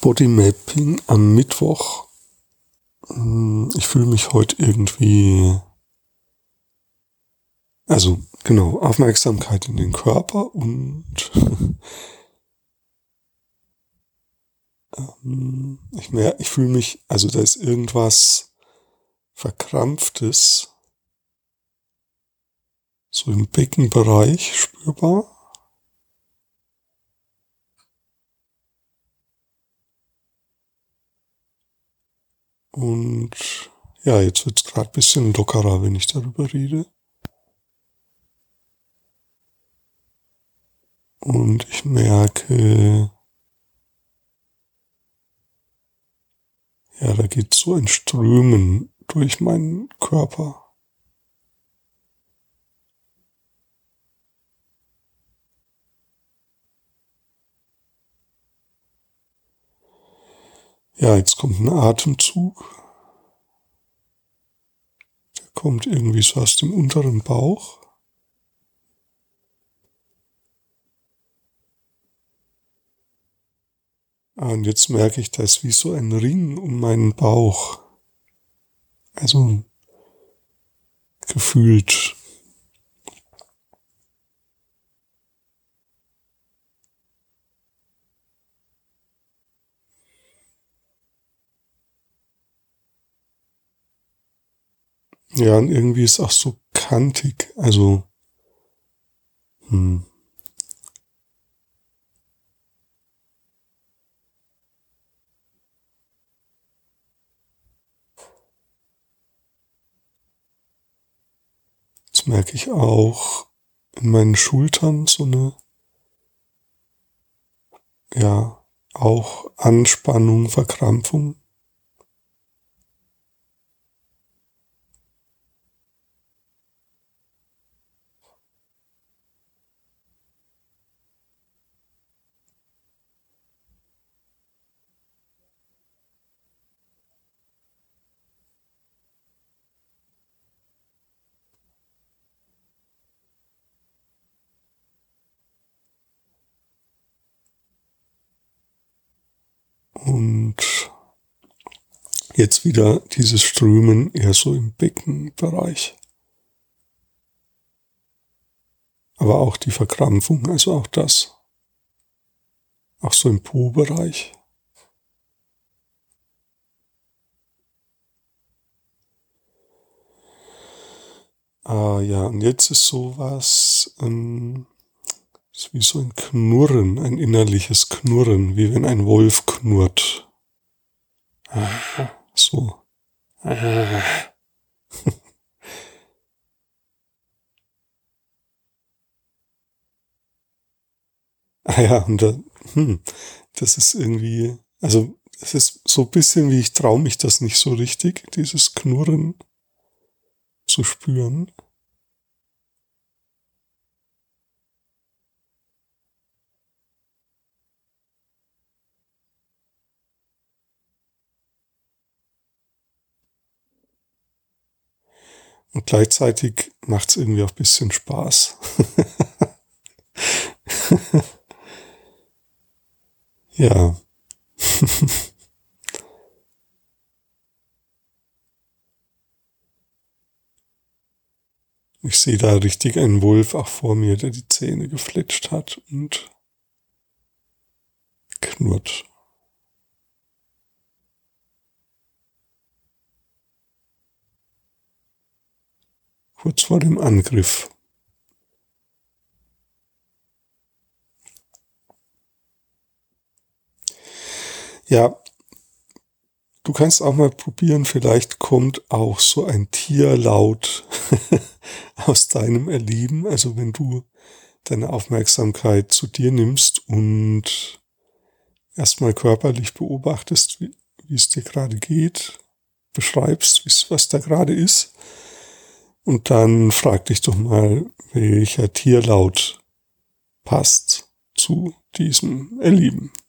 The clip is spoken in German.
Bodymapping am Mittwoch. Ich fühle mich heute irgendwie, Aufmerksamkeit in den Körper und ich fühle mich, da ist irgendwas Verkrampftes so im Beckenbereich spürbar. Und ja, jetzt wird's gerade ein bisschen lockerer, wenn ich darüber rede. Und ich merke, da geht so ein Strömen durch meinen Körper. Ja, jetzt kommt ein Atemzug. Der kommt irgendwie so aus dem unteren Bauch. Und jetzt merke ich, da ist wie so ein Ring um meinen Bauch. Also gefühlt. Ja, und irgendwie ist auch so kantig. Jetzt merke ich auch in meinen Schultern so eine, auch Anspannung, Verkrampfung. Und jetzt wieder dieses Strömen eher so im Beckenbereich. Aber auch die Verkrampfung, also auch das. Auch so im Po-Bereich. Und jetzt ist sowas, ist wie so ein Knurren, ein innerliches Knurren, wie wenn ein Wolf knurrt. So. Das ist irgendwie, es ist so ein bisschen wie, ich traue mich das nicht so richtig, dieses Knurren zu spüren. Und gleichzeitig macht es irgendwie auch ein bisschen Spaß. Ja. Ich sehe da richtig einen Wolf auch vor mir, der die Zähne gefletscht hat und knurrt. Kurz vor dem Angriff. Ja, du kannst auch mal probieren, vielleicht kommt auch so ein Tierlaut aus deinem Erleben, also wenn du deine Aufmerksamkeit zu dir nimmst und erstmal körperlich beobachtest, wie es dir gerade geht, beschreibst, was da gerade ist, und dann frag dich doch mal, welcher Tierlaut passt zu diesem Erleben.